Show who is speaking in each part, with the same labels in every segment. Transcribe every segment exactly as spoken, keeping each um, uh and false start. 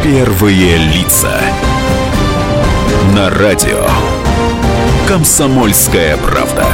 Speaker 1: Первые лица. На радио «Комсомольская правда».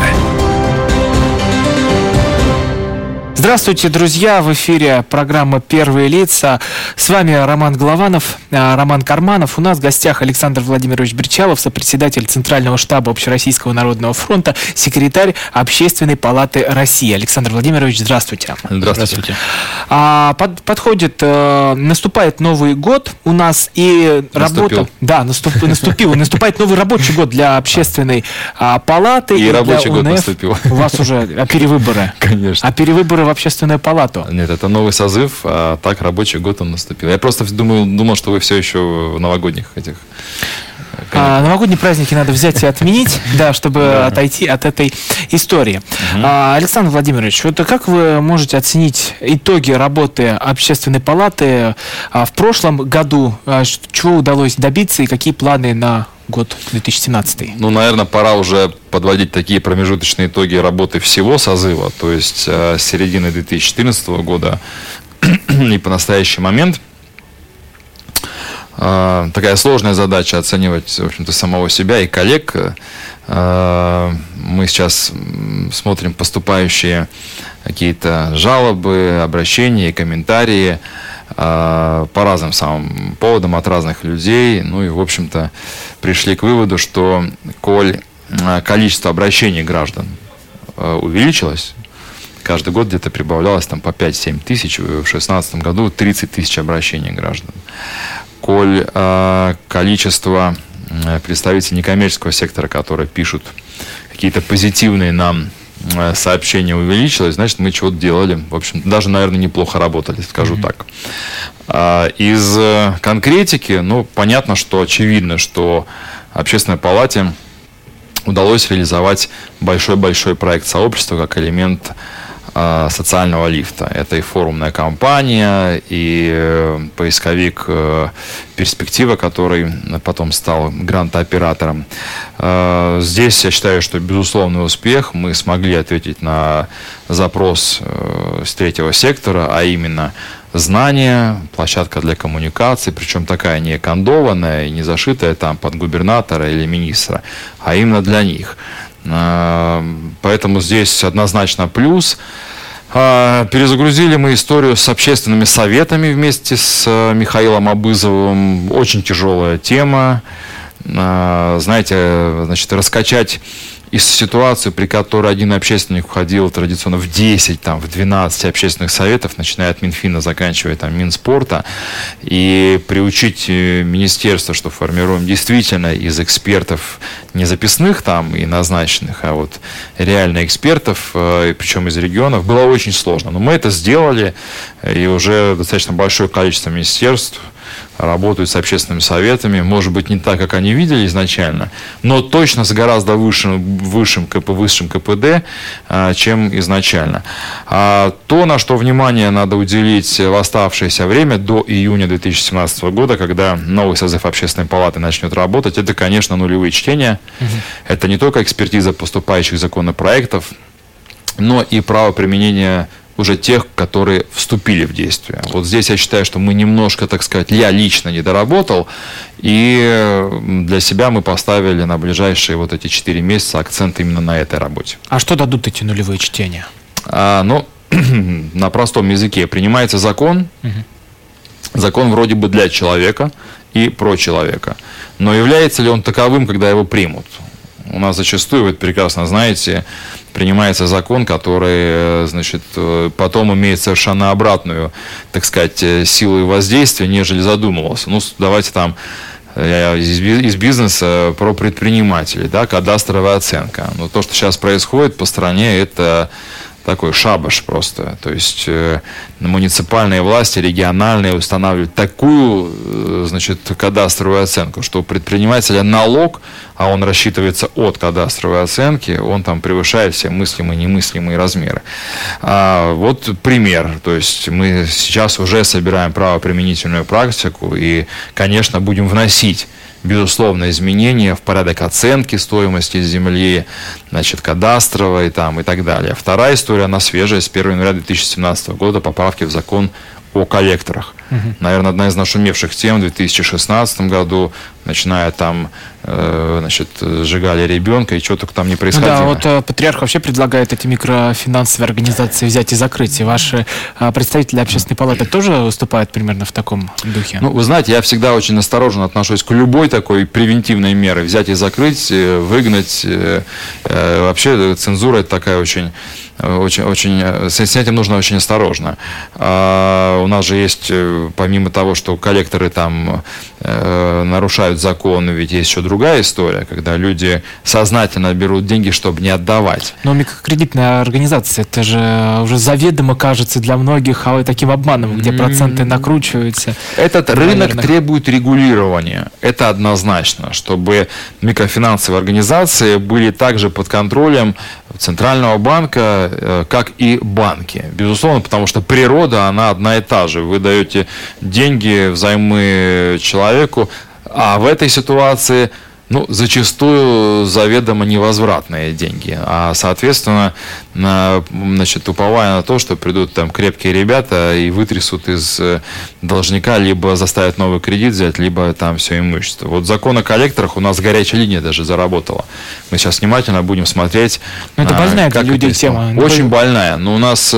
Speaker 2: Здравствуйте, друзья! В эфире программа «Первые лица». С вами Роман Голованов, Роман Карманов. У нас в гостях Александр Владимирович Бричалов, сопредседатель Центрального штаба Общероссийского народного фронта, секретарь Общественной палаты России. Александр Владимирович, здравствуйте.
Speaker 3: Здравствуйте.
Speaker 2: А, под, подходит, э, наступает Новый год у нас, и
Speaker 3: Наступил.
Speaker 2: работа... Да, наступ, наступил. Наступает новый рабочий год для Общественной а, палаты.
Speaker 3: И, и рабочий
Speaker 2: год
Speaker 3: наступил.
Speaker 2: У вас уже а, перевыборы.
Speaker 3: Конечно.
Speaker 2: А перевыборы в Общественную палату.
Speaker 3: Нет, это новый созыв, а так рабочий год он наступил. Я просто думал, думал, что вы все еще в новогодних этих...
Speaker 2: А, новогодние праздники надо взять и отменить, да, чтобы да. отойти от этой истории. Угу. А, Александр Владимирович, вот как вы можете оценить итоги работы Общественной палаты а, в прошлом году? А, чего удалось добиться и какие планы на год две тысячи семнадцатый?
Speaker 3: Ну, наверное, пора уже подводить такие промежуточные итоги работы всего созыва, то есть э, с середины две тысячи четырнадцатого года и по настоящий момент. Э, такая сложная задача оценивать, в общем-то, самого себя и коллег. Э, мы сейчас смотрим поступающие какие-то жалобы, обращения и комментарии по разным самым поводам от разных людей. Ну и, в общем-то, пришли к выводу, что коль количество обращений граждан увеличилось, каждый год где-то прибавлялось там по пять-семь тысяч, в две тысячи шестнадцатом году тридцать тысяч обращений граждан. Коль количество представителей некоммерческого сектора, которые пишут какие-то позитивные нам сообщение увеличилось, значит, мы чего-то делали. В общем, даже, наверное, неплохо работали, скажу mm-hmm. так. Из конкретики, ну, понятно, что очевидно, что Общественной палате удалось реализовать большой-большой проект сообщества как элемент социального лифта. Это и форумная кампания, и поисковик «Перспектива», который потом стал грантооператором. Здесь я считаю, что безусловный успех. Мы смогли ответить на запрос с третьего сектора, а именно знания, площадка для коммуникации, причем такая не кондованная, не зашитая там под губернатора или министра, а именно для них. Поэтому здесь однозначно плюс. Перезагрузили мы историю с общественными советами вместе с Михаилом Абызовым. Очень тяжелая тема. Знаете, значит, раскачать из ситуации, при которой один общественник входил традиционно в десять, там, в двенадцать общественных советов, начиная от Минфина, заканчивая там, Минспорта, и приучить министерство, что формируем действительно из экспертов не записных там и назначенных, а вот реально экспертов, причем из регионов, было очень сложно. Но мы это сделали, и уже достаточно большое количество министерств работают с общественными советами, может быть, не так, как они видели изначально, но точно с гораздо высшим, высшим, высшим ка пэ дэ, чем изначально. А то, на что внимание надо уделить в оставшееся время до июня две тысячи семнадцатого года, когда новый созыв Общественной палаты начнет работать, это, конечно, нулевые чтения. Угу. Это не только экспертиза поступающих законопроектов, но и право применения уже тех, которые вступили в действие. Вот здесь я считаю, что мы немножко, так сказать, я лично не доработал, и для себя мы поставили на ближайшие вот эти четыре месяца акцент именно на этой работе.
Speaker 2: А что дадут эти нулевые чтения?
Speaker 3: А, ну, на простом языке принимается закон, угу. Закон вроде бы для человека и про человека, но является ли он таковым, когда его примут? У нас зачастую, вы это прекрасно знаете, принимается закон, который, значит, потом имеет совершенно обратную, так сказать, силу и воздействие, нежели задумывался. Ну, давайте там из бизнеса про предпринимателей, да, кадастровая оценка. Но то, что сейчас происходит по стране, это такой шабаш просто. То есть э, муниципальные власти, региональные устанавливают такую, э, значит, кадастровую оценку, что у предпринимателя налог, а он рассчитывается от кадастровой оценки, он там превышает все мыслимые и немыслимые размеры. А, вот пример. То есть мы сейчас уже собираем правоприменительную практику и, конечно, будем вносить безусловно, изменения в порядок оценки стоимости земли, значит, кадастровой там, и так далее. Вторая история, она свежая, с первого января две тысячи семнадцатого года, поправки в закон о коллекторах. Uh-huh. Наверное, одна из нашумевших тем в две тысячи шестнадцатом году, начиная там, э, значит, сжигали ребенка, и что только там не происходило.
Speaker 2: Ну да, вот патриарх вообще предлагает эти микрофинансовые организации взять и закрыть. И ваши представители общественной палаты тоже выступают примерно в таком духе?
Speaker 3: Ну, вы знаете, я всегда очень осторожно отношусь к любой такой превентивной мере. Взять и закрыть, выгнать. Вообще цензура — это такая очень... Очень, очень, с этим нужно очень осторожно. А у нас же есть, помимо того, что коллекторы там э, нарушают закон, ведь есть еще другая история, когда люди сознательно берут деньги, чтобы не отдавать.
Speaker 2: Но микрокредитная организация, это же уже заведомо кажется для многих а таким обманом, где проценты накручиваются.
Speaker 3: Этот рынок наверное... требует регулирования. Это однозначно, чтобы микрофинансовые организации были также под контролем Центрального банка, как и банки. Безусловно, потому что природа, она одна и та же. Вы даете деньги взаймы человеку, а в этой ситуации, ну, зачастую заведомо невозвратные деньги. А, соответственно, на, значит, уповая на то, что придут там крепкие ребята и вытрясут из должника, либо заставят новый кредит взять, либо там все имущество. Вот закон о коллекторах у нас горячая линия даже заработала. Мы сейчас внимательно будем смотреть.
Speaker 2: Но это больная для людей тема.
Speaker 3: Очень больная. Но у нас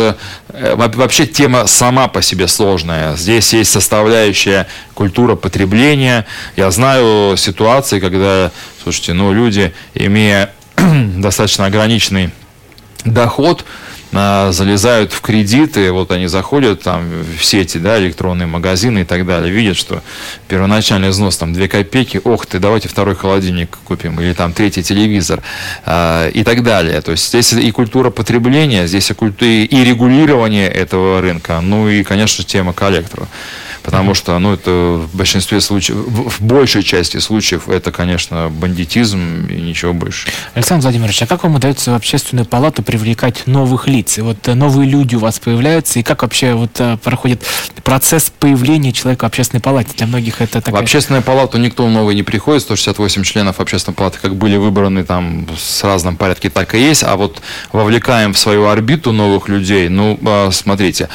Speaker 3: вообще тема сама по себе сложная. Здесь есть составляющая культура потребления. Я знаю ситуации, когда, слушайте, ну, люди, имея достаточно ограниченный доход, залезают в кредиты, вот они заходят там в сети, да, электронные магазины и так далее, видят, что первоначальный взнос там две копейки, ох ты, давайте второй холодильник купим, или там третий телевизор, э, и так далее. То есть здесь и культура потребления, здесь и, культура, и регулирование этого рынка, ну и, конечно, тема коллекторов. Потому что, ну, это в большинстве случаев, в большей части случаев, это, конечно, бандитизм и ничего больше.
Speaker 2: Александр Владимирович, а как вам удается в общественную палату привлекать новых лиц? И вот новые люди у вас появляются, и как вообще вот проходит процесс появления человека в общественной палате? Для многих это такая...
Speaker 3: В общественную палату никто новый не приходит, сто шестьдесят восемь членов общественной палаты как были выбраны там с разным порядке, так и есть, а вот вовлекаем в свою орбиту новых людей, ну, смотрите,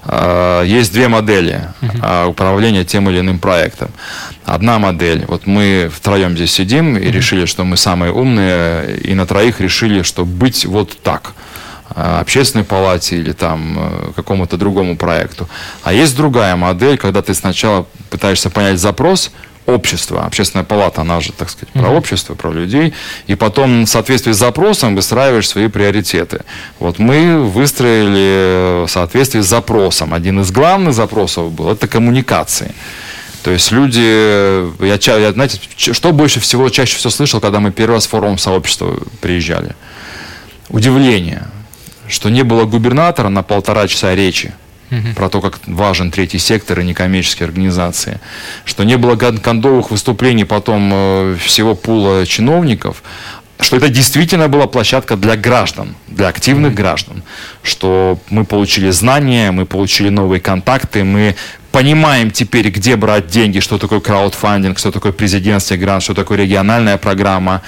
Speaker 3: есть две модели управления тем или иным проектом. Одна модель, вот мы втроем здесь сидим и mm-hmm. решили, что мы самые умные, и на троих решили, что быть вот так, общественной палате или там какому-то другому проекту. А есть другая модель, когда ты сначала пытаешься понять запрос общества, общественная палата, она же, так сказать, про mm-hmm. общество, про людей, и потом в соответствии с запросом выстраиваешь свои приоритеты. Вот мы выстроили в соответствии с запросом. Один из главных запросов был — это коммуникации. То есть люди, я, я, знаете, что больше всего, чаще всего слышал, когда мы первый раз в форум сообщества приезжали? Удивление, что не было губернатора на полтора часа речи. Uh-huh. Про то, как важен третий сектор и некоммерческие организации, что не было кондовых выступлений потом э, всего пула чиновников, что это действительно была площадка для граждан, для активных uh-huh. граждан, что мы получили знания, мы получили новые контакты, мы понимаем теперь, где брать деньги, что такое краудфандинг, что такое президентский грант, что такое региональная программа.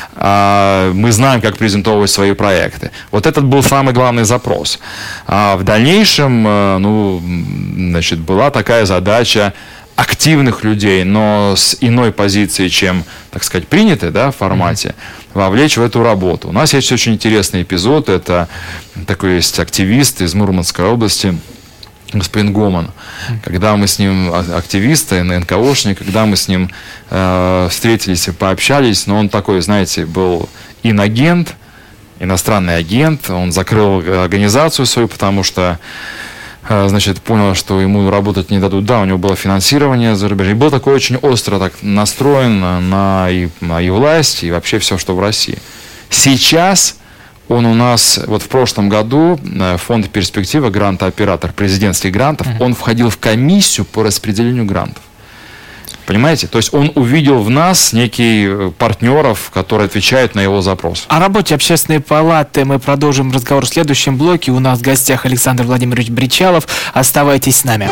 Speaker 3: Мы знаем, как презентовать свои проекты. Вот этот был самый главный запрос. А в дальнейшем, ну, значит, была такая задача активных людей, но с иной позиции, чем, так сказать, принятый, да, в формате, mm-hmm. вовлечь в эту работу. У нас есть очень интересный эпизод. Это такой есть активист из Мурманской области, господин Гоман. Когда мы с ним, активисты, эн ка о-шник, когда мы с ним э, встретились и пообщались, но он такой, знаете, был инагент, иностранный агент, он закрыл организацию свою, потому что, э, значит, понял, что ему работать не дадут. Да, у него было финансирование за рубежом. И был такой очень остро так настроен на и, на и власть, и вообще все, что в России. Сейчас он у нас, вот в прошлом году, фонд «Перспектива», грантооператор президентских грантов, uh-huh. он входил в комиссию по распределению грантов. Понимаете? То есть он увидел в нас неких партнеров, которые отвечают на его запрос.
Speaker 2: О работе общественной палаты мы продолжим разговор в следующем блоке. У нас в гостях Александр Владимирович Бричалов. Оставайтесь с нами.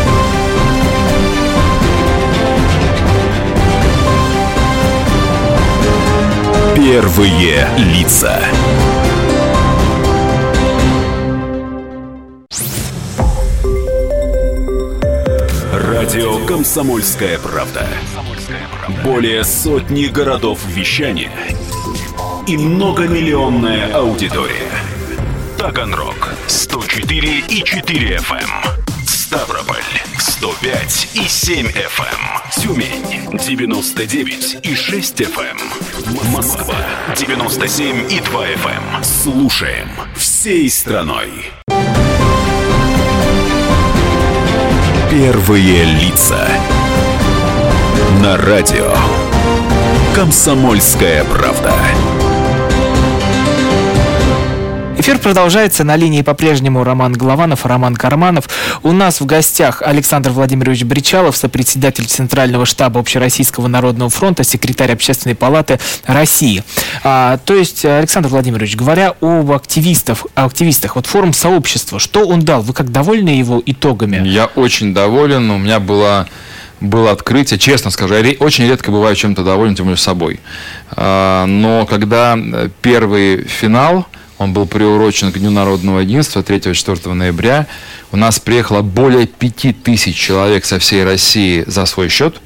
Speaker 1: Первые лица. Радио «Комсомольская правда». Более сотни городов вещания и многомиллионная аудитория. Таганрог сто четыре и четыре эф эм, Ставрополь сто пять и семь эф эм, Тюмень девяносто девять и шесть эф эм, Москва девяносто семь и два эф эм. Слушаем всей страной. Первые лица на радио «Комсомольская правда».
Speaker 2: Эфир продолжается. На линии по-прежнему Роман Голованов, Роман Карманов. У нас в гостях Александр Владимирович Бричалов, сопредседатель Центрального штаба Общероссийского народного фронта, секретарь Общественной палаты России. А, то есть, Александр Владимирович, говоря об активистах, активистах, вот форум сообщества, что он дал? Вы как довольны его итогами?
Speaker 3: Я очень доволен. У меня была... было открытие, честно скажу, я очень редко бываю чем-то доволен, тем более собой. Но когда первый финал, он был приурочен к Дню народного единства третьего-четвёртого ноября, у нас приехало более пяти тысяч человек со всей России за свой счет.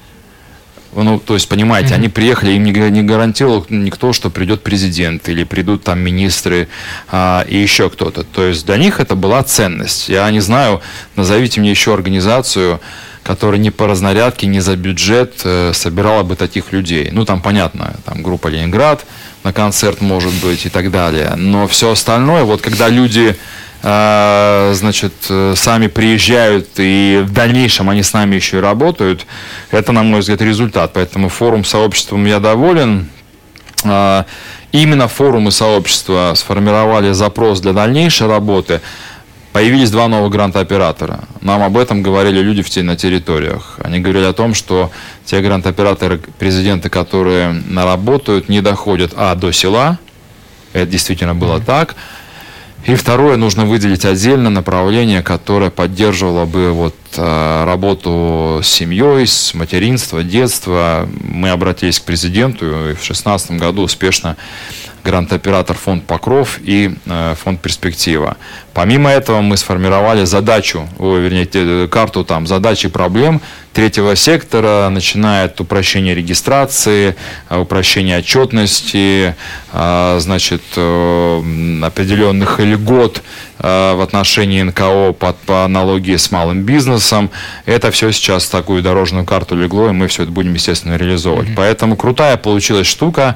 Speaker 3: Ну, то есть, понимаете, mm-hmm. они приехали, им не гарантировал никто, что придет президент или придут там министры а, и еще кто-то. То есть для них это была ценность. Я не знаю, назовите мне еще организацию, которая не по разнарядке, не за бюджет э, собирала бы таких людей. Ну, там, понятно, там группа «Ленинград» на концерт, может быть, и так далее. Но все остальное, вот когда люди, э, значит, сами приезжают, и в дальнейшем они с нами еще и работают, это, на мой взгляд, результат. Поэтому форум сообществом я доволен. Э, именно форум и сообщество сформировали запрос для дальнейшей работы. Появились два новых грант-оператора. Нам об этом говорили люди в те, на территориях. Они говорили о том, что те грант-операторы, президенты, которые работают, не доходят, а, до села. Это действительно было mm-hmm. так. И второе, нужно выделить отдельно направление, которое поддерживало бы вот, работу с семьей, с материнства, детства. Мы обратились к президенту и в две тысячи шестнадцатом году успешно грант-оператор фонд «Покров» и э, фонд «Перспектива». Помимо этого мы сформировали задачу, о, вернее, карту там, задач и проблем третьего сектора, начиная от упрощения регистрации, упрощения отчетности, э, значит, э, определенных льгот э, в отношении эн ка о под, по аналогии с малым бизнесом. Это все сейчас в такую дорожную карту легло, и мы все это будем, естественно, реализовывать. Mm-hmm. Поэтому крутая получилась штука,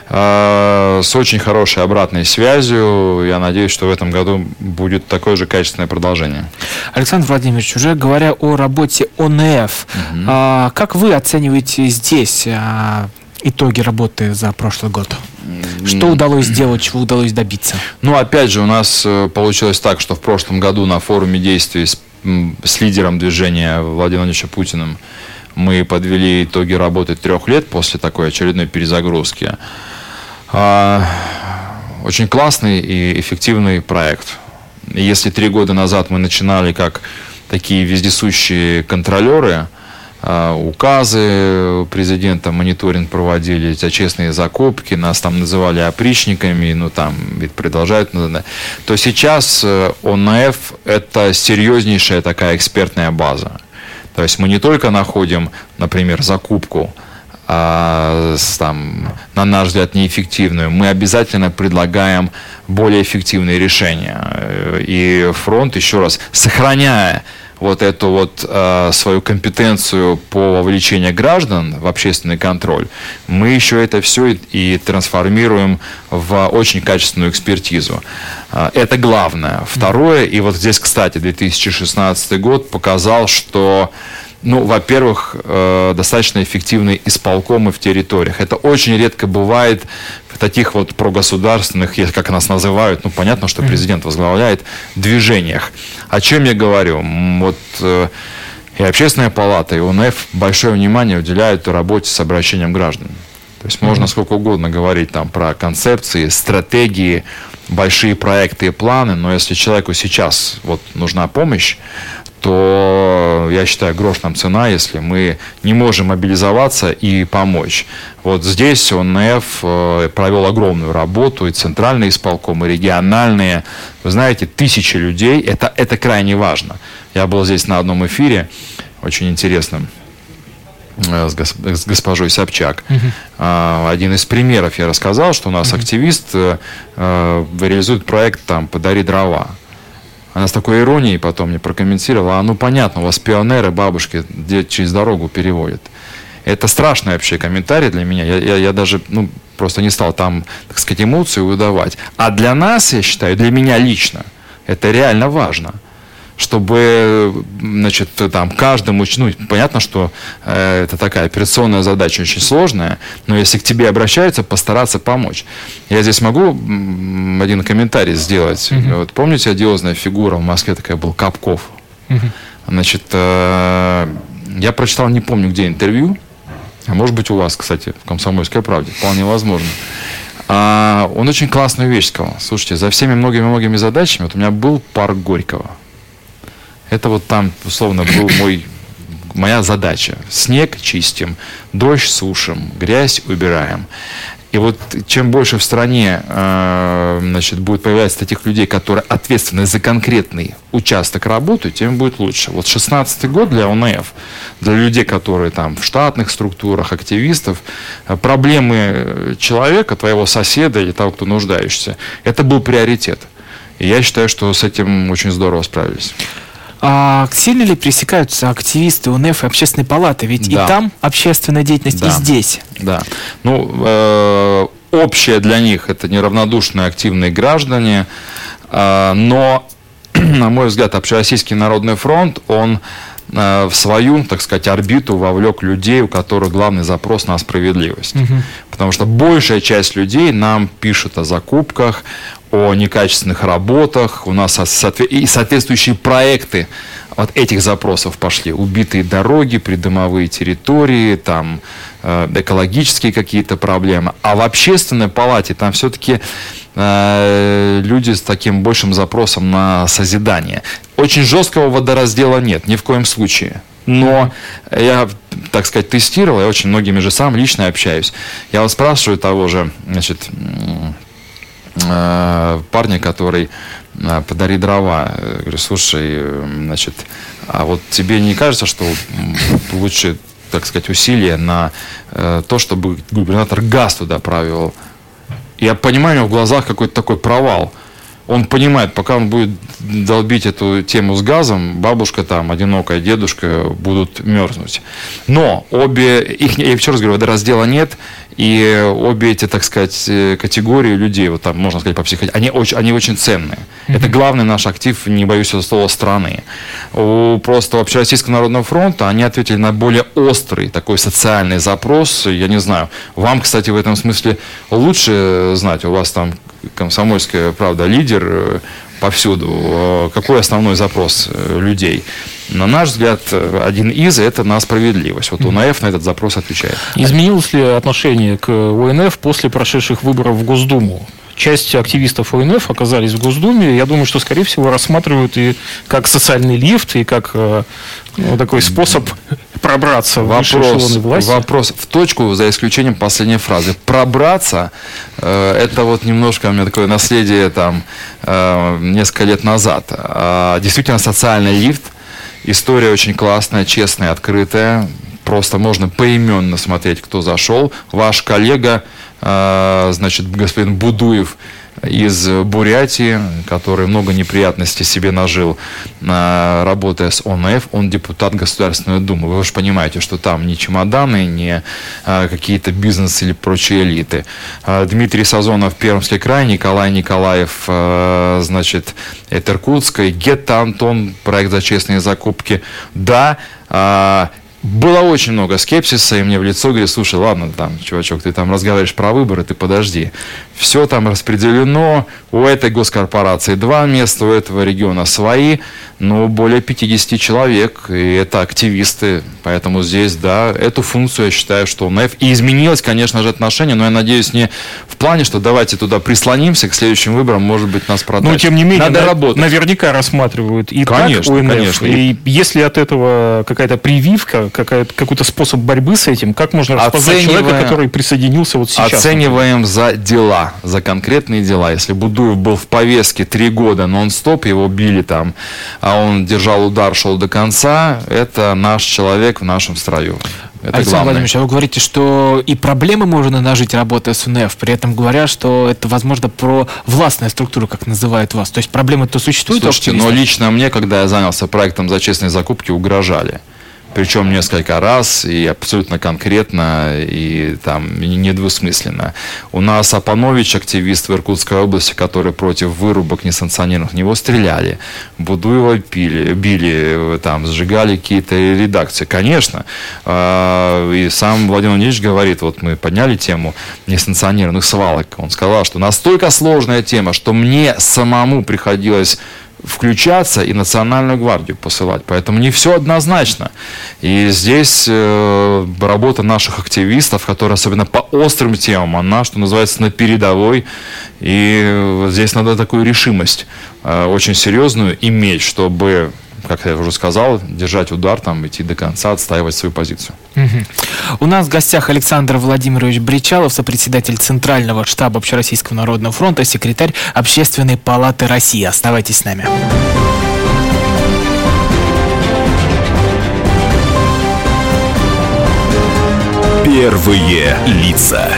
Speaker 3: э, с очень хорошей обратной связью. Я надеюсь, что в этом году будет такое же качественное продолжение.
Speaker 2: Александр Владимирович, уже говоря о работе о эн и эф, угу. а, как вы оцениваете здесь а, итоги работы за прошлый год? Что удалось сделать, чего удалось добиться?
Speaker 3: Ну, опять же, у нас получилось так, что в прошлом году на форуме действий с, с лидером движения Владимиром Владимировичем Путиным мы подвели итоги работы трех лет после такой очередной перезагрузки. Очень классный и эффективный проект. Если три года назад мы начинали как такие вездесущие контролеры, указы президента, мониторинг проводили, эти честные закупки, нас там называли опричниками, ну там ведь продолжают, то сейчас о эн и эф это серьезнейшая такая экспертная база. То есть мы не только находим, например, закупку, а, там, на наш взгляд, неэффективную, мы обязательно предлагаем более эффективные решения. И фронт, еще раз, сохраняя вот эту вот э, свою компетенцию по вовлечению граждан в общественный контроль, мы еще это все и, и трансформируем в очень качественную экспертизу. Э, это главное. Второе, и вот здесь, кстати, две тысячи шестнадцатый год показал, что, ну, во-первых, э, достаточно эффективные исполкомы в территориях. Это очень редко бывает в таких вот прогосударственных, как нас называют, ну, понятно, что президент возглавляет, движениях. О чем я говорю? Вот э, и Общественная палата, и о эн и эф большое внимание уделяют работе с обращением граждан. То есть можно mm-hmm. сколько угодно говорить там про концепции, стратегии, большие проекты и планы, но если человеку сейчас вот нужна помощь, то, я считаю, грош нам цена, если мы не можем мобилизоваться и помочь. Вот здесь о эн и эф провел огромную работу, и центральные исполкомы, и региональные. Вы знаете, тысячи людей, это, это крайне важно. Я был здесь на одном эфире, очень интересным с госпожой Собчак. Uh-huh. Один из примеров я рассказал, что у нас uh-huh. активист реализует проект там «Подари дрова». Она с такой иронией потом мне прокомментировала: а ну понятно, у вас пионеры, бабушки через дорогу переводят. Это страшный вообще комментарий для меня. Я, я, я даже ну, просто не стал там, так сказать, эмоции выдавать. А для нас, я считаю, для меня лично, это реально важно. Чтобы, значит, там каждому, ну, понятно, что э, это такая операционная задача очень сложная, но если к тебе обращаются, постараться помочь. Я здесь могу один комментарий сделать. Uh-huh. Вот помните, одиозная фигура в Москве такая был, Капков? Uh-huh. Значит, э, я прочитал, не помню где, интервью, а может быть у вас, кстати, в «Комсомольской правде», вполне возможно. А, он очень классную вещь сказал. Слушайте, за всеми многими-многими задачами вот у меня был парк Горького. Это вот там, условно, был мой, моя задача. Снег чистим, дождь сушим, грязь убираем. И вот чем больше в стране э, значит, будет появляться таких людей, которые ответственны за конкретный участок работы, тем будет лучше. Вот шестнадцатый год для ОНФ, для людей, которые там в штатных структурах, активистов, проблемы человека, твоего соседа или того, кто нуждаешься, это был приоритет. И я считаю, что с этим очень здорово справились.
Speaker 2: А сильно ли пересекаются активисты ОНФ и Общественной палаты? Ведь да. и там общественная деятельность, да. и здесь.
Speaker 3: Да. Ну, э, общее для них это неравнодушные активные граждане, э, но, на мой взгляд, Общероссийский народный фронт, он э, в свою, так сказать, орбиту вовлек людей, у которых главный запрос на справедливость. Угу. Потому что большая часть людей нам пишет о закупках, о некачественных работах, у нас и соответствующие проекты от этих запросов пошли. Убитые дороги, придомовые территории, там экологические какие-то проблемы. А в Общественной палате там все-таки э, люди с таким большим запросом на созидание. Очень жесткого водораздела нет, ни в коем случае. Но я, так сказать, тестировал, я очень многими же сам лично общаюсь. Я вот спрашиваю того же, значит, парня, который «Подари дрова». Я говорю: слушай, значит, а вот тебе не кажется, что лучше, так сказать, усилия на то, чтобы губернатор газ туда провел? Я понимаю, у него в глазах какой-то такой провал. Он понимает, пока он будет долбить эту тему с газом, бабушка там, одинокая, дедушка будут мерзнуть. Но обе, их, я еще раз говорю, водораздела нет, и обе эти, так сказать, категории людей, вот там, можно сказать, по психологии, они очень, они очень ценные. Mm-hmm. Это главный наш актив, не боюсь этого слова, страны. У просто Общероссийского народного фронта они ответили на более острый такой социальный запрос. Я не знаю, вам, кстати, в этом смысле лучше знать, у вас там «Комсомольская правда» лидер повсюду. Какой основной запрос людей? На наш взгляд, один из – это на справедливость. Вот ОНФ на этот запрос отвечает.
Speaker 4: Изменилось ли отношение к ОНФ после прошедших выборов в Госдуму? Часть активистов ОНФ оказались в Госдуме. Я думаю, что, скорее всего, рассматривают и как социальный лифт, и как ну, такой способ пробраться в высшие эшелоны власти.
Speaker 3: Вопрос в точку, за исключением последней фразы. Пробраться э, – это вот немножко у меня такое наследие там э, несколько лет назад. А, действительно, социальный лифт. История очень классная, честная, открытая. Просто можно поименно смотреть, кто зашел. Ваш коллега, э, значит, господин Будуев из Бурятии, который много неприятностей себе нажил, э, работая с ОНФ, он депутат Государственной Думы. Вы уж понимаете, что там не чемоданы, не э, какие-то бизнес или прочие элиты. Э, Дмитрий Сазонов, Пермский край, Николай Николаев, э, значит, это Иркутская, Гетто Антон, проект за честные закупки. Да, э, было очень много скепсиса, и мне в лицо говорит: слушай, ладно, там, чувачок, ты там разговариваешь про выборы, ты подожди. Все там распределено, у этой госкорпорации два места, у этого региона свои, но более пятидесяти человек, и это активисты, поэтому здесь, да, эту функцию я считаю, что ОНФ, и изменилось, конечно же, отношение, но я надеюсь, не в плане, что давайте туда прислонимся к следующим выборам, может быть, нас продать.
Speaker 4: Но, тем не менее,
Speaker 3: надо
Speaker 4: на,
Speaker 3: работать.
Speaker 4: Наверняка рассматривают и
Speaker 3: конечно,
Speaker 4: так ОНФ,
Speaker 3: конечно.
Speaker 4: И если от этого какая-то прививка какой-то способ борьбы с этим? Как можно распознать
Speaker 3: Оцениваем,
Speaker 4: человека, который присоединился вот сейчас?
Speaker 3: Оцениваем за дела, за конкретные дела. Если Будуев был в повестке три года нон-стоп, его били там, а он держал удар, шел до конца, это наш человек в нашем строю. Это
Speaker 2: Александр
Speaker 3: главное.
Speaker 2: Владимирович, а вы говорите, что и проблемы можно нажить, работая с УНЭФ, при этом говоря, что это, возможно, про властную структуру, как называют вас. То есть проблемы-то существуют?
Speaker 3: Слушайте, но лично мне, когда я занялся проектом за честные закупки, угрожали. Причем несколько раз, и абсолютно конкретно, и там недвусмысленно. У нас Апанович, активист в Иркутской области, который против вырубок несанкционированных, в него стреляли. Будуева пили, били, там, сжигали какие-то редакции. Конечно. И сам Владимир Владимирович говорит, вот мы подняли тему несанкционированных свалок. Он сказал, что настолько сложная тема, что мне самому приходилось включаться и Национальную гвардию посылать. Поэтому не все однозначно. И здесь э, работа наших активистов, которые особенно по острым темам, она, что называется, на передовой. И здесь надо такую решимость э, очень серьезную иметь, чтобы, как я уже сказал, держать удар, там, идти до конца, отстаивать свою позицию.
Speaker 2: Угу. У нас в гостях Александр Владимирович Бричалов, сопредседатель Центрального штаба Общероссийского народного фронта, секретарь Общественной палаты России. Оставайтесь с нами.
Speaker 1: Первые лица.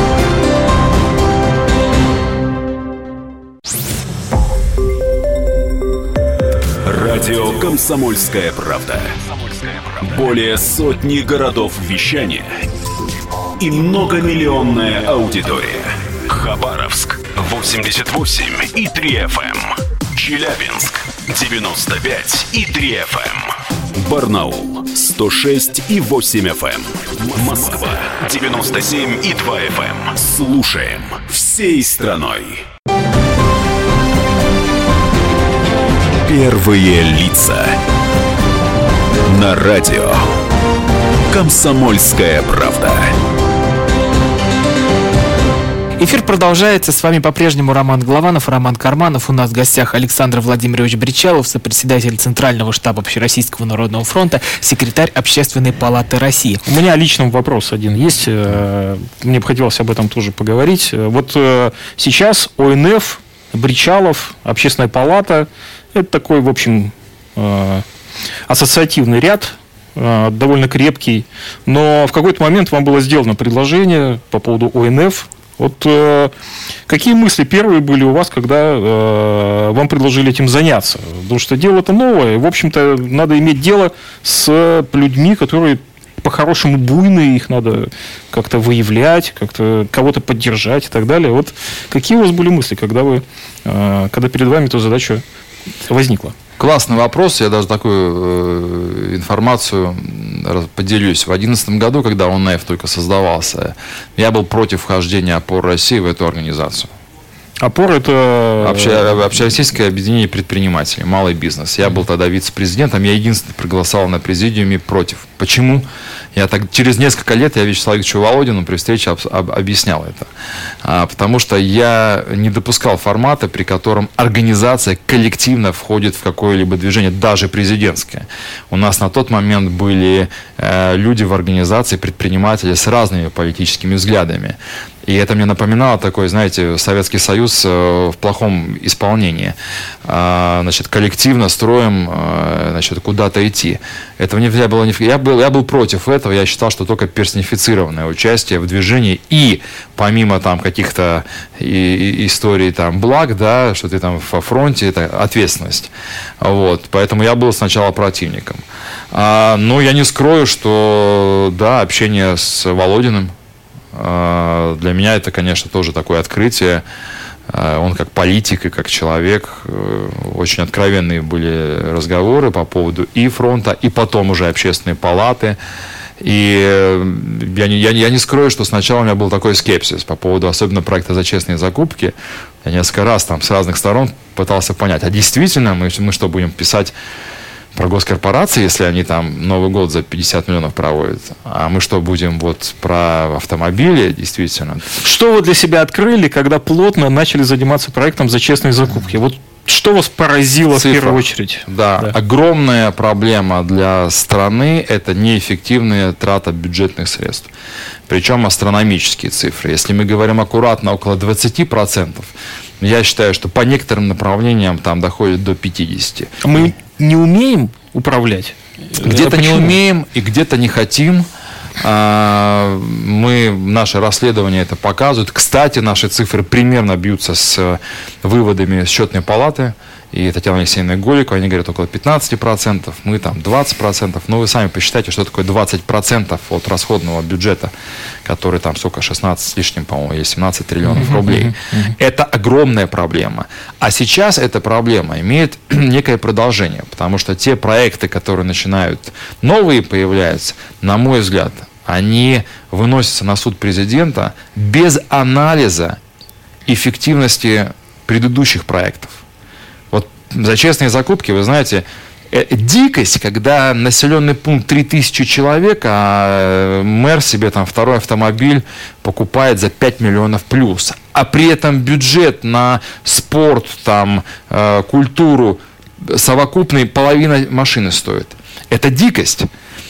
Speaker 1: Радио «Комсомольская правда». Более сотни городов вещания и многомиллионная аудитория. Хабаровск восемьдесят восемь и три эф эм. Челябинск девяносто пять и три эф эм. Барнаул сто шесть и восемь эф эм. Москва девяносто семь и два эф эм. Слушаем всей страной. Первые лица. На радио «Комсомольская правда».
Speaker 2: Эфир продолжается. С вами по-прежнему Роман Голованов, Роман Карманов. У нас в гостях Александр Владимирович Бричалов, сопредседатель Центрального штаба Общероссийского народного фронта, секретарь Общественной палаты России.
Speaker 4: У меня личный вопрос один есть. Мне бы хотелось об этом тоже поговорить. Вот сейчас ОНФ, Бричалов, Общественная палата – это такой, в общем, ассоциативный ряд, довольно крепкий. Но в какой-то момент вам было сделано предложение по поводу ОНФ. Вот э, какие мысли первые были у вас, когда э, вам предложили этим заняться? Потому что дело это новое. В общем-то, надо иметь дело с людьми, которые по-хорошему буйные, их надо как-то выявлять, как-то кого-то поддержать и так далее. Вот какие у вас были мысли, когда, вы, э, когда перед вами эта задача возникла?
Speaker 3: Классный вопрос. Я даже такую э, информацию поделюсь. В две тысячи одиннадцатом году, когда ОНФ только создавался, я был против вхождения «Опор России» в эту организацию.
Speaker 4: «Опор» — это...
Speaker 3: Обще, Общероссийское объединение предпринимателей, малый бизнес. Я был тогда вице-президентом, я единственный проголосовал на президиуме против. Почему? Я так, через несколько лет я Вячеславу Викторовичу Володину при встрече об, об, объяснял это. А, потому что я не допускал формата, при котором организация коллективно входит в какое-либо движение, даже президентское. У нас на тот момент были э, люди в организации, предприниматели с разными политическими взглядами. И это мне напоминало такой, знаете, Советский Союз в плохом исполнении. Значит, коллективно строим, значит, куда-то идти. Этого нельзя было. Я был, я был против этого. Я считал, что только персонифицированное участие в движении и помимо там каких-то и, и, историй там благ, да, что ты там во фронте, это ответственность. Вот. Поэтому я был сначала противником. Но я не скрою, что да, общение с Володиным для меня это, конечно, тоже такое открытие. Он как политик и как человек, очень откровенные были разговоры по поводу и фронта, и потом уже Общественной палаты. И я не, я, я не скрою, что сначала у меня был такой скепсис по поводу особенно проекта «За честные закупки». Я несколько раз там с разных сторон пытался понять, а действительно мы, мы что, будем писать про госкорпорации, если они там Новый год за пятьдесят миллионов проводят. А мы что, будем вот про автомобили, действительно?
Speaker 4: Что вы для себя открыли, когда плотно начали заниматься проектом «За честные закупки»? Вот Что вас поразило
Speaker 3: Цифра.
Speaker 4: в первую очередь?
Speaker 3: Да. да, огромная проблема для страны – это неэффективная трата бюджетных средств. Причем астрономические цифры. Если мы говорим аккуратно, около двадцати процентов, я считаю, что по некоторым направлениям там доходит до пятидесяти процентов.
Speaker 4: Мы не умеем управлять?
Speaker 3: Где-то не умеем и где-то не хотим. Мы, наши расследования это показывают. Кстати, наши цифры примерно бьются с выводами счетной палаты и Татьяны Алексеевны Голиковой. Они говорят около пятнадцати процентов, мы там двадцать процентов. Но вы сами посчитайте, что такое двадцать процентов от расходного бюджета, который там сколько, шестнадцать с лишним, по-моему, или семнадцать триллионов рублей. Это огромная проблема. А сейчас эта проблема имеет некое продолжение, потому что те проекты, которые начинают, новые появляются, на мой взгляд, они выносятся на суд президента без анализа эффективности предыдущих проектов. Вот за честные закупки, вы знаете, дикость, когда населенный пункт три тысячи человек, а мэр себе там второй автомобиль покупает за пять миллионов плюс. А при этом бюджет на спорт, там, культуру совокупный половина машины стоит. Это дикость.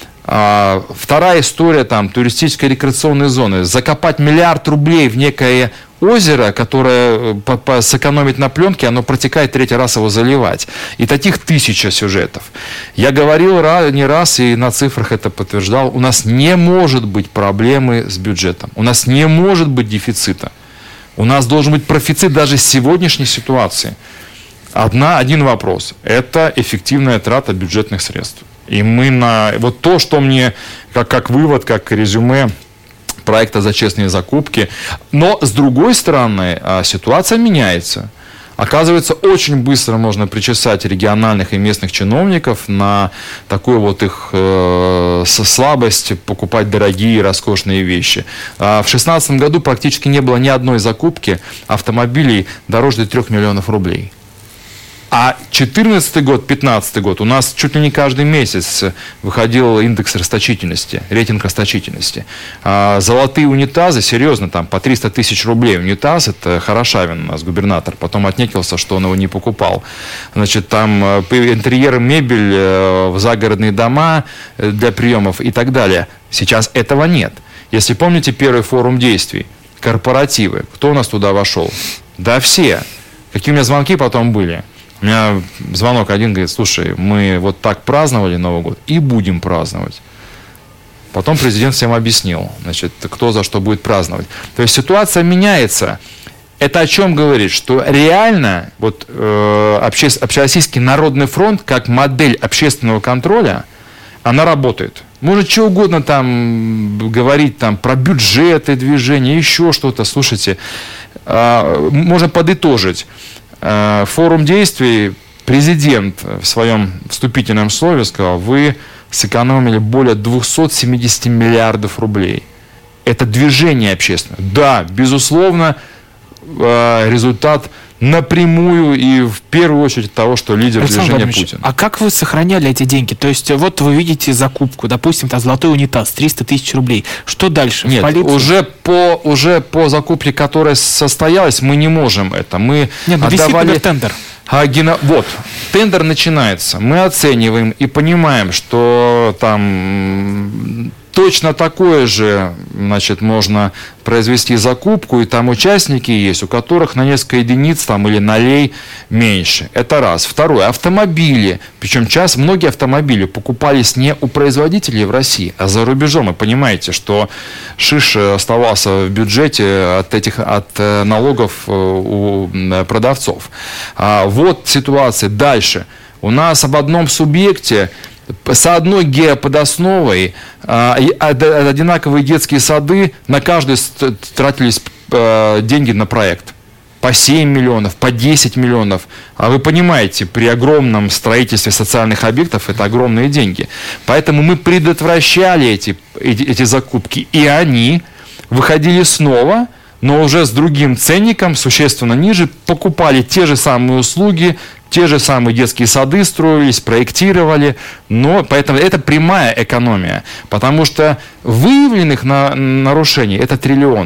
Speaker 3: А, вторая история, там, туристической рекреационной зоны. Закопать миллиард рублей в некое озеро, которое по, по, сэкономить на пленке, оно протекает, третий раз его заливать. И таких тысяча сюжетов. Я говорил не раз и на цифрах это подтверждал. У нас не может быть проблемы с бюджетом. У нас не может быть дефицита. У нас должен быть профицит даже с сегодняшней ситуации. Одна, один вопрос. Это эффективная трата бюджетных средств. И мы на... Вот то, что мне, как, как вывод, как резюме проекта «За честные закупки». Но, с другой стороны, ситуация меняется. Оказывается, очень быстро можно причесать региональных и местных чиновников на такую вот их э, слабость покупать дорогие, роскошные вещи. А в две тысячи шестнадцатом году практически не было ни одной закупки автомобилей дороже трех миллионов рублей. А две тысячи четырнадцатый год, две тысячи пятнадцатый год у нас чуть ли не каждый месяц выходил индекс расточительности, рейтинг расточительности. А золотые унитазы, серьезно, там по триста тысяч рублей унитаз, это Хорошавин у нас, губернатор, потом отнекился, что он его не покупал. Значит, там интерьеры, мебель в загородные дома для приемов и так далее. Сейчас этого нет. Если помните первый форум действий, корпоративы, кто у нас туда вошел? Да все. Какие у меня звонки потом были? У меня звонок один говорит: слушай, мы вот так праздновали Новый год и будем праздновать. Потом президент всем объяснил, значит, кто за что будет праздновать. То есть ситуация меняется. Это о чем говорит? Что реально вот, э, обще, Общероссийский народный фронт как модель общественного контроля, она работает. Может, что угодно там говорить там, про бюджеты, движения, еще что-то. Слушайте, э, можно подытожить. Форум действий, президент в своем вступительном слове сказал: вы сэкономили более двухсот семидесяти миллиардов рублей. Это движение общественное. Да, безусловно, результат напрямую и в первую очередь того, что лидер
Speaker 2: Александр
Speaker 3: движения Путин.
Speaker 2: А как вы сохраняли эти деньги? То есть вот вы видите закупку, допустим, там золотой унитаз, триста тысяч рублей. Что дальше?
Speaker 3: Нет, уже по, уже по закупке, которая состоялась, мы не можем это. Мы
Speaker 2: Нет, ну,
Speaker 3: отдавали...
Speaker 2: висит тендер.
Speaker 3: А, гено... Вот, тендер начинается. Мы оцениваем и понимаем, что там точно такое же, значит, можно произвести закупку, и там участники есть, у которых на несколько единиц там, или нолей меньше. Это раз. Второе. Автомобили. Причем сейчас многие автомобили покупались не у производителей в России, а за рубежом. Вы понимаете, что шиш оставался в бюджете от этих от налогов у продавцов. А вот ситуация. Дальше. У нас об одном субъекте с одной геоподосновой а, одинаковые детские сады, на каждый тратились а, деньги на проект. По семь миллионов, по десять миллионов. А вы понимаете, при огромном строительстве социальных объектов это огромные деньги. Поэтому мы предотвращали эти, эти, эти закупки. И они выходили снова, но уже с другим ценником, существенно ниже, покупали те же самые услуги, те же самые детские сады строились, проектировали, но поэтому это прямая экономия, потому что выявленных на, нарушений это триллионы.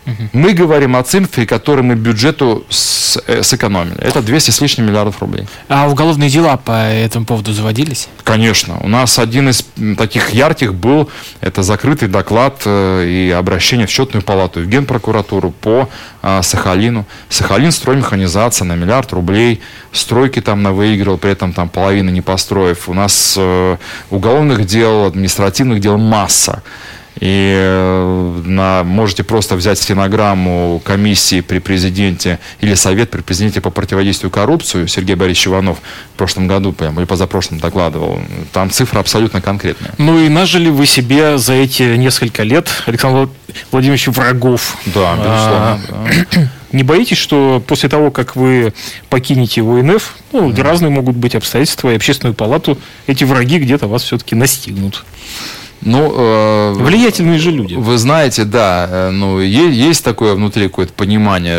Speaker 3: Угу. Мы говорим о цифре, которую мы бюджету с, э, сэкономили. Это двести с лишним миллиардов рублей.
Speaker 2: А уголовные дела по этому поводу заводились?
Speaker 3: Конечно. У нас один из таких ярких был, это закрытый доклад э, и обращение в счетную палату, в Генпрокуратуру по э, Сахалину. Сахалин строймеханизация на миллиард рублей. Стройки там на выиграл, при этом там половины не построив. У нас э, уголовных дел, административных дел масса. И э, на, можете просто взять стенограмму комиссии при президенте или совет при президенте по противодействию коррупции. Сергей Борисович Иванов в прошлом году прям, или позапрошлом докладывал. Там цифра абсолютно конкретная.
Speaker 4: Ну и нажили вы себе за эти несколько лет, Александр Владимирович, врагов.
Speaker 3: Да, безусловно. А,
Speaker 4: да. Не боитесь, что после того, как вы покинете ОНФ, ну, mm. разные могут быть обстоятельства, и общественную палату, эти враги где-то вас все-таки настигнут?
Speaker 3: Ну, э,
Speaker 4: влиятельные же люди.
Speaker 3: Вы знаете, да, ну, есть, есть такое внутри какое-то понимание,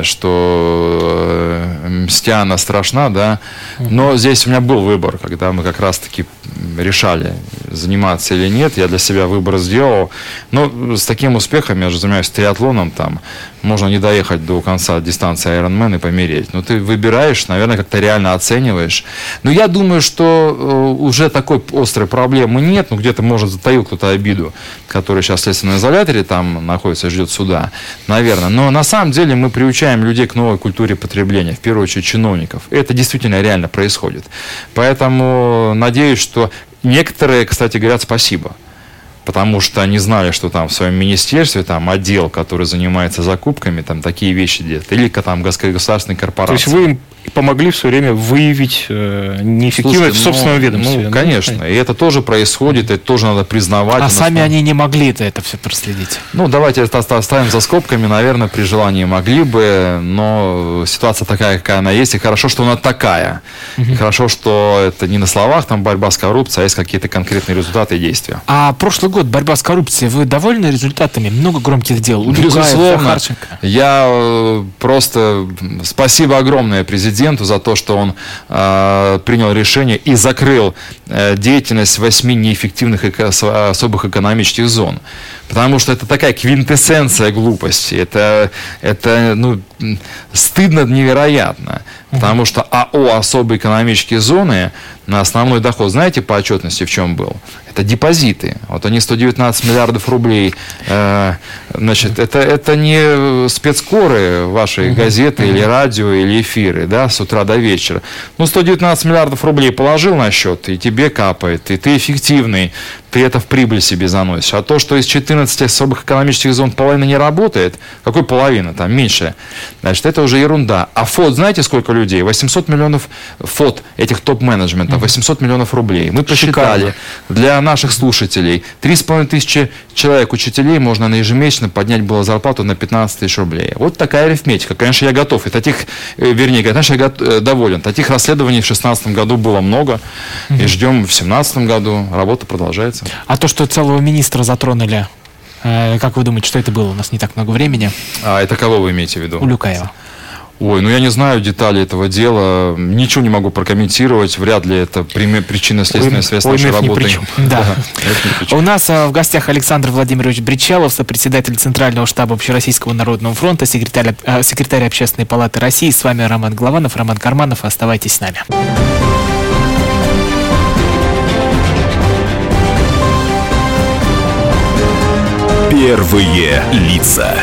Speaker 3: что э, мстяна страшна, да, но здесь у меня был выбор, когда мы как раз-таки решали, заниматься или нет, я для себя выбор сделал, но с таким успехом, я же занимаюсь триатлоном, там, можно не доехать до конца дистанции Ironman и помереть, но ты выбираешь, наверное, как-то реально оцениваешь, но я думаю, что э, уже такой острой проблемы нет, ну, где-то, может, затаил кто-то обиду, который сейчас в следственном изоляторе там находится, ждет суда, наверное. Но на самом деле мы приучаем людей к новой культуре потребления, в первую очередь чиновников. Это действительно реально происходит. Поэтому надеюсь, что некоторые, кстати, говорят спасибо. Потому что они знали, что там в своем министерстве там отдел, который занимается закупками, там такие вещи делает. Или там государственные корпорации.
Speaker 4: То есть вы им помогли все время выявить э, неэффективность в собственном
Speaker 3: ну,
Speaker 4: ведомстве.
Speaker 3: Ну,
Speaker 4: да?
Speaker 3: конечно. И это тоже происходит, это тоже надо признавать.
Speaker 2: А сами они не могли-то это все проследить?
Speaker 3: Ну, давайте это оставим за скобками. Наверное, при желании могли бы, но ситуация такая, какая она есть. И хорошо, что она такая. Uh-huh. И хорошо, что это не на словах там борьба с коррупцией, а есть какие-то конкретные результаты и действия.
Speaker 2: А прошлый год борьба с коррупцией, вы довольны результатами? Много громких дел.
Speaker 3: Безусловно. Я просто спасибо огромное президенту за то, что он э, принял решение и закрыл э, деятельность восьми неэффективных эко- особых экономических зон. Потому что это такая квинтэссенция глупости. Это, это ну, стыдно невероятно. Потому что АО «Особые экономические зоны» на основной доход, знаете, по отчетности в чем был? Это депозиты. Вот они сто девятнадцать миллиардов рублей. Э, значит, это, это не спецкоры вашей газеты или радио или эфиры, да, с утра до вечера. Ну, сто девятнадцать миллиардов рублей положил на счет, и тебе капает, и ты эффективный, ты это в прибыль себе заносишь. А то, что из четырнадцати особых экономических зон половина не работает, какой половина, там меньше, значит, это уже ерунда. А ФОД, знаете, сколько людей? восемьсот миллионов ФОД этих топ-менеджментов, восемьсот миллионов рублей. Мы посчитали, для наших слушателей, три с половиной тысячи человек, учителей, можно на ежемесячно поднять было зарплату на пятнадцать тысяч рублей. Вот такая арифметика. Конечно, я готов. И таких, вернее, конечно, я доволен. Таких расследований в две тысячи шестнадцатом году было много. И ждем в две тысячи семнадцатом году. Работа продолжается.
Speaker 2: А то, что целого министра затронули, э, как вы думаете, что это было? У нас не так много времени.
Speaker 3: А это кого вы имеете в виду?
Speaker 2: Улюкаева.
Speaker 3: Ой, ну я не знаю деталей этого дела, ничего не могу прокомментировать, вряд ли это причинно-следственная связь нашей работы.
Speaker 2: Да. У нас в гостях Александр Владимирович Бричалов, сопредседатель Центрального штаба Общероссийского народного фронта, секретарь, секретарь Общественной палаты России. С вами Роман Голованов, Роман Карманов. Оставайтесь с нами.
Speaker 1: Первые лица.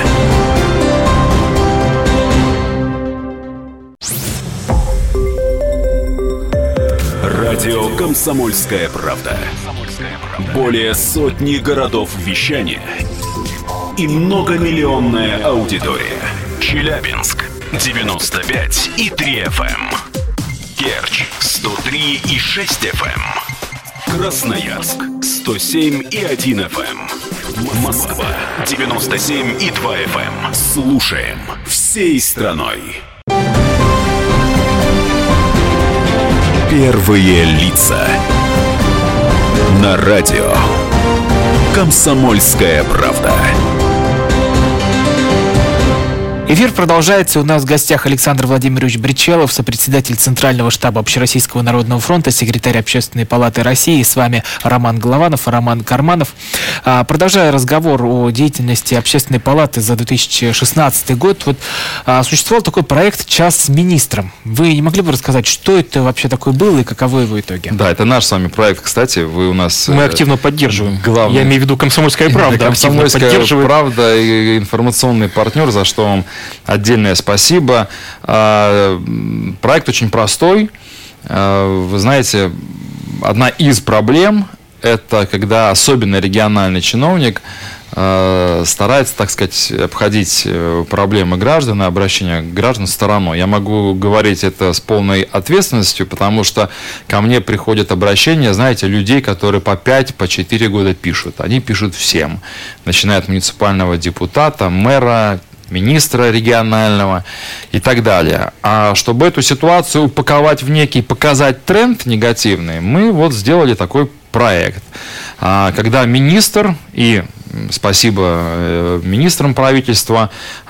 Speaker 1: Радио «Комсомольская правда». Более сотни городов вещания и многомиллионная аудитория. Челябинск девяносто пять и три эф эм, Керчь сто три и шесть эф эм, Красноярск сто семь и один эф эм, Москва девяносто семь и два эф эм. Слушаем всей страной. Первые лица. На радио «Комсомольская правда».
Speaker 2: Эфир продолжается. У нас в гостях Александр Владимирович Бричелов, сопредседатель Центрального штаба Общероссийского народного фронта, секретарь Общественной палаты России. И с вами Роман Голованов и Роман Карманов. Продолжая разговор о деятельности Общественной палаты за две тысячи шестнадцатый год, вот существовал такой проект «Час с министром». Вы не могли бы рассказать, что это вообще такое было и каковы его итоги?
Speaker 3: Да, это наш с вами проект, кстати. Вы у нас...
Speaker 4: Мы активно поддерживаем.
Speaker 3: Главный...
Speaker 4: Я имею в виду «Комсомольская правда».
Speaker 3: «Комсомольская правда» и информационный партнер, за что вам отдельное спасибо. Проект очень простой. Вы знаете, одна из проблем – это когда особенно региональный чиновник старается, так сказать, обходить проблемы граждан и обращения граждан стороной. Я могу говорить это с полной ответственностью, потому что ко мне приходят обращения, знаете, людей, которые по пять, по четыре года пишут. Они пишут всем, начиная от муниципального депутата, мэра, министра регионального и так далее. А чтобы эту ситуацию упаковать в некий, показать тренд негативный, мы вот сделали такой проект. Когда министр и спасибо министрам правительства,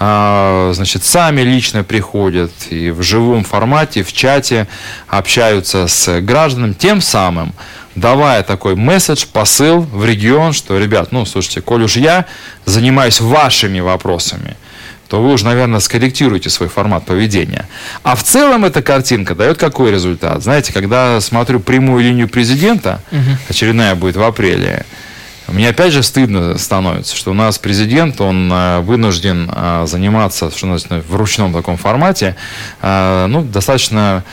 Speaker 3: значит, сами лично приходят и в живом формате, в чате общаются с гражданами, тем самым давая такой месседж, посыл в регион, что, ребят, ну, слушайте, коль уж я занимаюсь вашими вопросами, то вы уж, наверное, скорректируете свой формат поведения. А в целом эта картинка дает какой результат? Знаете, когда смотрю прямую линию президента, угу. очередная будет в апреле, мне опять же стыдно становится, что у нас президент, он вынужден заниматься что называется, в ручном таком формате, ну, достаточно...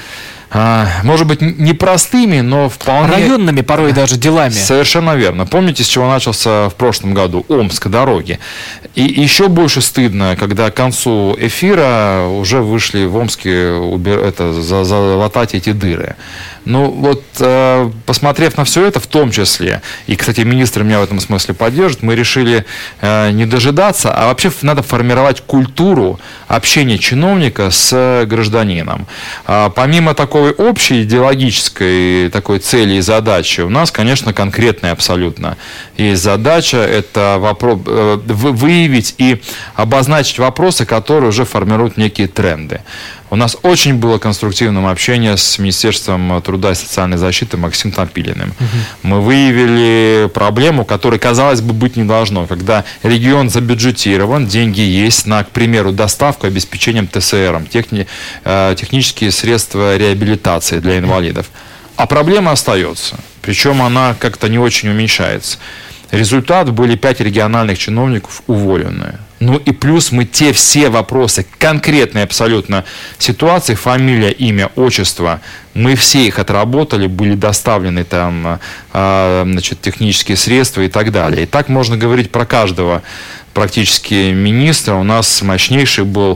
Speaker 3: может быть, непростыми, но вполне...
Speaker 2: районными порой даже делами.
Speaker 3: Совершенно верно. Помните, с чего начался в прошлом году? Омск, дороги. И еще больше стыдно, когда к концу эфира уже вышли в Омске убер... это, залатать эти дыры. Ну, вот, э, посмотрев на все это, в том числе, и, кстати, министр меня в этом смысле поддержит, мы решили э, не дожидаться, а вообще надо формировать культуру общения чиновника с гражданином. А, помимо такой общей идеологической такой цели и задачи, у нас, конечно, конкретная абсолютно есть задача, это вопрос, э, выявить и обозначить вопросы, которые уже формируют некие тренды. У нас очень было конструктивное общение с Министерством труда и социальной защиты Максимом Топилиным. Угу. Мы выявили проблему, которой, казалось бы, быть не должно. Когда регион забюджетирован, деньги есть на, к примеру, доставку, обеспечением ТСРом, техни, э, технические средства реабилитации для инвалидов. А проблема остается. Причем она как-то не очень уменьшается. Результат: были пять региональных чиновников уволены. Ну и плюс мы те все вопросы, конкретные абсолютно ситуации, фамилия, имя, отчество, мы все их отработали, были доставлены там, э, значит, технические средства и так далее. И так можно говорить про каждого практически министра. У нас мощнейший был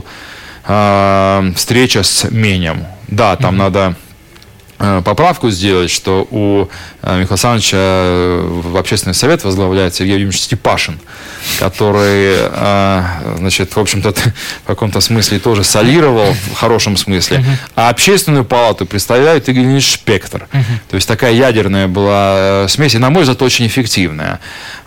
Speaker 3: э, встреча с Менем. Да, там mm-hmm. надо... поправку сделать, что у Михаила Александровича в общественный совет возглавляет Сергей Владимирович Степашин, который, значит, в общем-то, в каком-то смысле тоже солировал, в хорошем смысле, uh-huh. а общественную палату представляет Игорь Ильич Шпектор. Uh-huh. То есть такая ядерная была смесь, и, на мой взгляд, очень эффективная.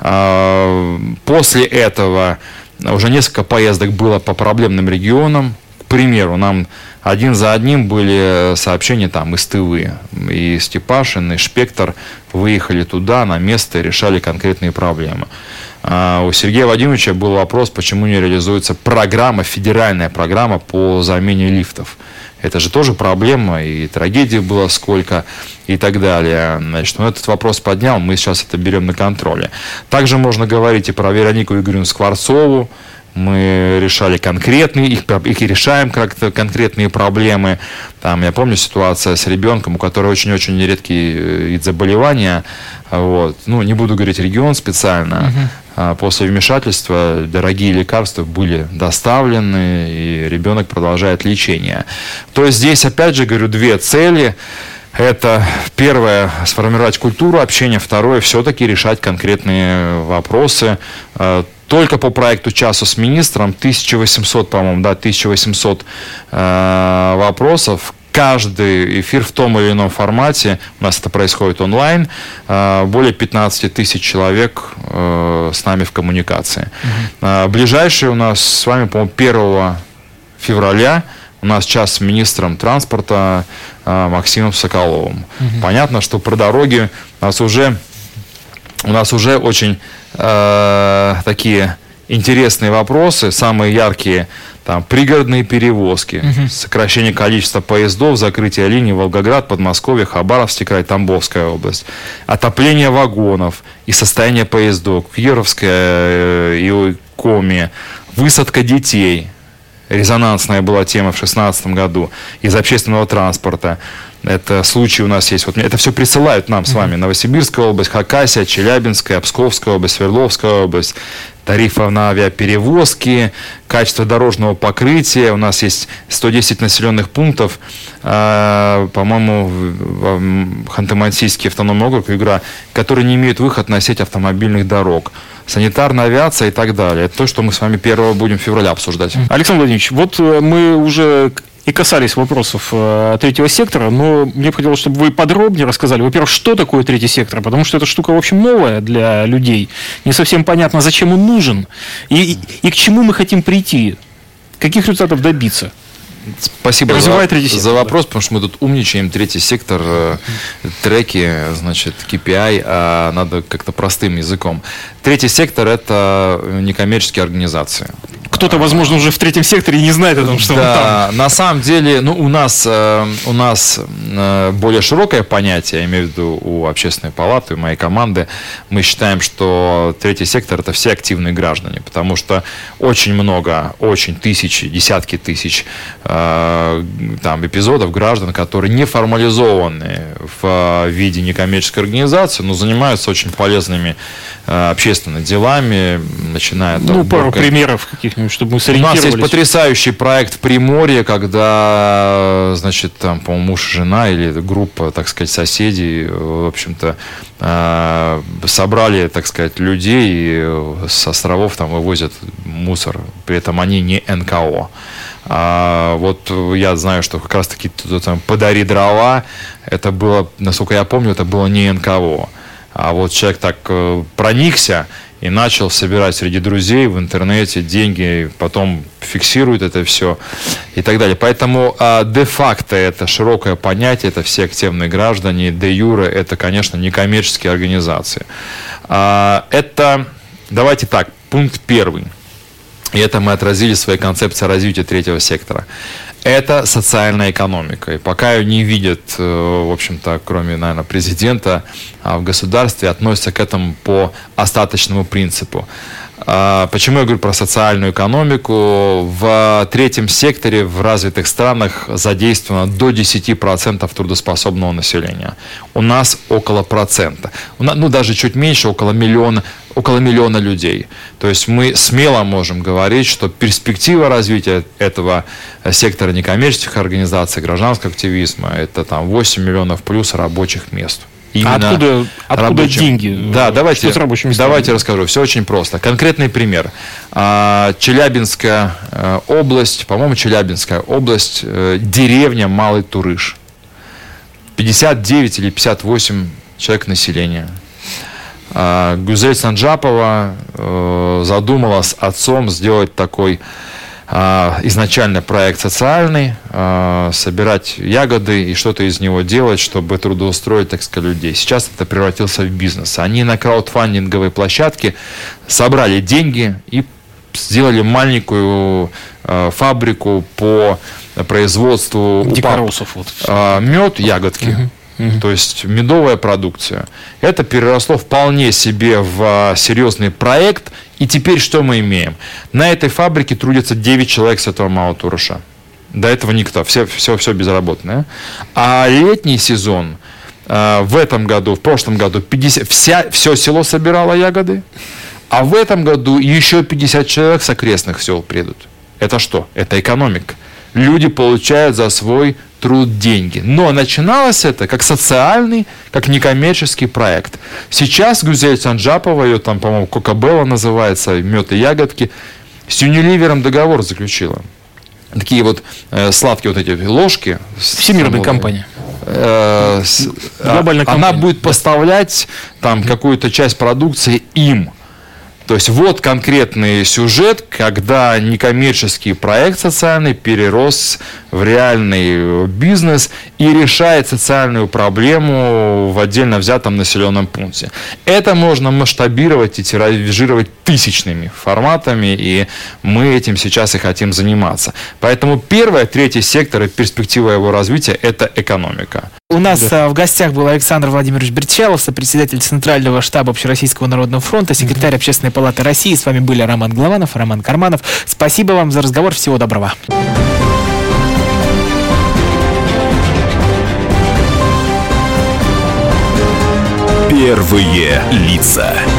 Speaker 3: После этого уже несколько поездок было по проблемным регионам. К примеру, нам один за одним были сообщения там из Тывы. И Степашин, и Шпектор выехали туда, на место, и решали конкретные проблемы. А у Сергея Владимировича был вопрос, почему не реализуется программа, федеральная программа по замене лифтов. Это же тоже проблема, и трагедий было сколько, и так далее. Значит, он этот вопрос поднял, мы сейчас это берем на контроле. Также можно говорить и про Веронику Игоревну Скворцову. Мы решали конкретные, их, их и решаем как-то конкретные проблемы. Там, я помню ситуация с ребенком, у которого очень-очень редкий вид заболевания. Вот. Ну, не буду говорить регион специально. Uh-huh. После вмешательства дорогие лекарства были доставлены, и ребенок продолжает лечение. То есть здесь, опять же, говорю, две цели. Это, первое, сформировать культуру общения. Второе, все-таки решать конкретные вопросы. Только по проекту «Часу с министром» тысяча восемьсот, по-моему, да, тысяча восемьсот э, вопросов. Каждый эфир в том или ином формате, у нас это происходит онлайн, э, более пятнадцать тысяч человек э, с нами в коммуникации. Uh-huh. Э, ближайший у нас с вами, по-моему, первого февраля у нас час с министром транспорта э, Максимом Соколовым. Угу. Понятно, что про дороги у нас уже, у нас уже очень э, такие интересные вопросы, самые яркие, там, пригородные перевозки, угу. сокращение количества поездов, закрытие линий Волгоград, Подмосковье, Хабаровский край, Тамбовская область, отопление вагонов и состояние поездов, Кировская и Коми, высадка детей. Резонансная была тема в шестнадцатом году из общественного транспорта. Это случаи у нас есть. Вот это все присылают нам с вами. Новосибирская область, Хакасия, Челябинская, Псковская область, Свердловская область. Тарифы на авиаперевозки, качество дорожного покрытия. У нас есть сто десять населенных пунктов. Э, по-моему, Ханты-Мансийский автономный округ, Югра, которые не имеют выход на сеть автомобильных дорог. Санитарная авиация и так далее. Это то, что мы с вами первого будем февраля обсуждать.
Speaker 4: Александр Владимирович, вот мы уже и касались вопросов э, третьего сектора, но мне бы хотелось, чтобы вы подробнее рассказали, во-первых, что такое третий сектор, потому что эта штука, в общем, новая для людей. Не совсем понятно, зачем он нужен и, и, и к чему мы хотим прийти, каких результатов добиться.
Speaker 3: Спасибо за, за вопрос, да. Потому что мы тут умничаем. Третий сектор, э, треки, значит, кей пи ай, а надо как-то простым языком. Третий сектор – это некоммерческие организации.
Speaker 4: Кто-то, возможно, уже в третьем секторе не знает о том, что
Speaker 3: да,
Speaker 4: он там.
Speaker 3: На самом деле, ну, у нас, э, у нас э, более широкое понятие, я имею в виду у общественной палаты, у моей команды. Мы считаем, что третий сектор – это все активные граждане, потому что очень много, очень тысячи, десятки тысяч э, там, эпизодов граждан, которые не формализованы в виде некоммерческой организации, но занимаются очень полезными э, общественными делами, начиная от...
Speaker 4: Ну, пару примеров каких-нибудь, чтобы мы сориентировались.
Speaker 3: У нас есть потрясающий проект в Приморье, когда, значит, там, по-моему, муж, жена или группа, так сказать, соседей, в общем-то, собрали, так сказать, людей и с островов там вывозят мусор. При этом они не эн ка о. А вот я знаю, что как раз-таки там «Подари дрова», это было, насколько я помню, это было не эн ка о. А вот человек так проникся и начал собирать среди друзей в интернете деньги, потом фиксирует это все и так далее. Поэтому а, де-факто это широкое понятие, это все активные граждане, де-юре это, конечно, некоммерческие организации. А, это, давайте так, пункт первый. И это мы отразили в своей концепции развития третьего сектора. Это социальная экономика. И пока ее не видят, в общем-то, кроме, наверное, президента, в государстве относятся к этому по остаточному принципу. Почему я говорю про социальную экономику? В третьем секторе в развитых странах задействовано до десяти процентов трудоспособного населения. У нас около процента. Ну, даже чуть меньше, около миллиона, около миллиона людей. То есть мы смело можем говорить, что перспектива развития этого сектора некоммерческих организаций, гражданского активизма, это там восемь миллионов плюс рабочих мест.
Speaker 4: А откуда, откуда деньги?
Speaker 3: Да, давайте, давайте расскажу. Все очень просто. Конкретный пример. Челябинская область, по-моему, Челябинская область, деревня Малый Турыш. пятьдесят девять или пятьдесят восемь человек населения. Гюзель Санджапова задумала с отцом сделать такой изначально проект социальный, собирать ягоды и что-то из него делать, чтобы трудоустроить, так сказать, людей. Сейчас это превратился в бизнес. Они на краудфандинговой площадке собрали деньги и сделали маленькую фабрику по производству
Speaker 4: дикоросов. Вот.
Speaker 3: Мед, ягодки. Угу. Uh-huh. То есть медовая продукция. Это переросло вполне себе в серьезный проект. И теперь что мы имеем? На этой фабрике трудятся девять человек с этого Малого Туруша. До этого никто. Все, все, все безработные. А летний сезон э, в этом году, в прошлом году пятьдесят, вся, все село собирало ягоды. А в этом году еще пятьдесят человек с окрестных сел придут. Это что? Это экономика. Люди получают за свой труд деньги. Но начиналось это как социальный, как некоммерческий проект. Сейчас Гюзель Санджапова, ее там, по-моему, Кока-Белла называется, мед и ягодки, с Unilever договор заключила. Такие вот э, сладкие вот эти ложки.
Speaker 4: Всемирная компания.
Speaker 3: Э, с,
Speaker 4: Глобальная
Speaker 3: она
Speaker 4: компания.
Speaker 3: будет поставлять там какую-то часть продукции им. То есть вот конкретный сюжет, когда некоммерческий проект социальный перерос в реальный бизнес и решает социальную проблему в отдельно взятом населенном пункте. Это можно масштабировать и тиражировать тысячными форматами, и мы этим сейчас и хотим заниматься. Поэтому первое, третий сектор и перспектива его развития – это экономика.
Speaker 2: У нас да. в гостях был Александр Владимирович Берчалов, сопредседатель Центрального штаба Общероссийского народного фронта, секретарь Общественной палаты России. С вами были Роман Голованов, Роман Карманов. Спасибо вам за разговор. Всего доброго.
Speaker 1: Первые лица.